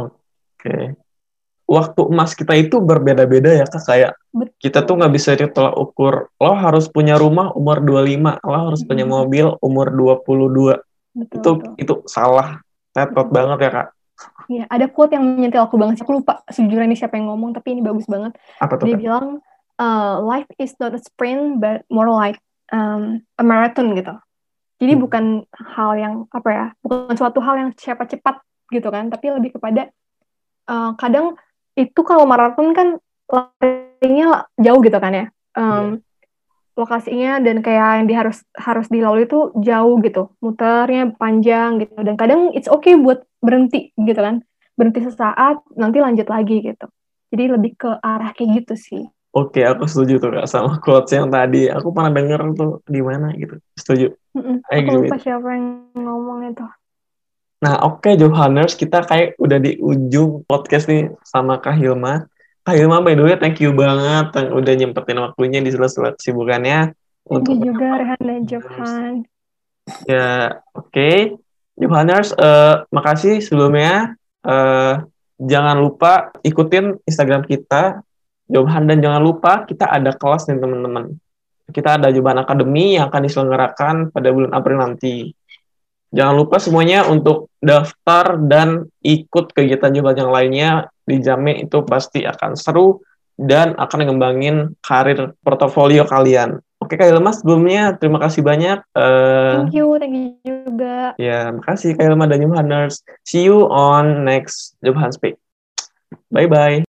Oke. Waktu emas kita itu berbeda-beda ya Kak, kayak Betul. kita tuh nggak bisa ditolak ukur, lo harus punya rumah umur dua puluh lima, lo harus punya mobil umur dua puluh dua. Betul, Itu betul. itu salah, tetot Betul. banget ya Kak. Iya, ada quote yang menyentil aku banget sih. Aku lupa sejujurnya ini siapa yang ngomong, tapi ini bagus banget. Apa tuh Dia Kak? bilang, uh, life is not a sprint, but more like um, a marathon gitu. Jadi Hmm. bukan hal yang, apa ya, bukan suatu hal yang cepat-cepat gitu kan, tapi lebih kepada, uh, kadang itu kalau maraton kan larinya jauh gitu kan ya. Um, Iya. Lokasinya dan kayak yang di harus harus dilalui itu jauh gitu, muternya panjang gitu, dan kadang it's okay buat berhenti gitu kan, berhenti sesaat nanti lanjut lagi gitu. Jadi lebih ke arah kayak gitu sih. Oke, aku setuju tuh Kak sama quotes yang tadi. Aku pernah denger tuh di mana gitu. Setuju. Mm-mm. I Aku agree lupa with. siapa yang ngomong itu. Nah, oke Johanners, kita kayak udah di ujung podcast nih sama Kak Hilma. Kak Hilma, by the way, thank you banget yang udah nyempetin waktunya di sela-sela kesibukannya Thank untuk you juga Rehan dan Johanners. Johan. Ya, oke. Johanners, eh, makasih sebelumnya. Eh, jangan lupa ikutin Instagram kita, Johan, dan jangan lupa kita ada kelas nih teman-teman. Kita ada Johan Academy yang akan diselenggarakan pada bulan April nanti. Jangan lupa semuanya untuk daftar dan ikut kegiatan Johan yang lainnya. Dijamin itu pasti akan seru dan akan ngembangin karir portofolio kalian. Oke Kak Ilma, sebelumnya terima kasih banyak. Uh, Thank you, thank you juga. Ya, makasih Kak Ilma dan Johaners. See you on next Johan Speak. Bye-bye.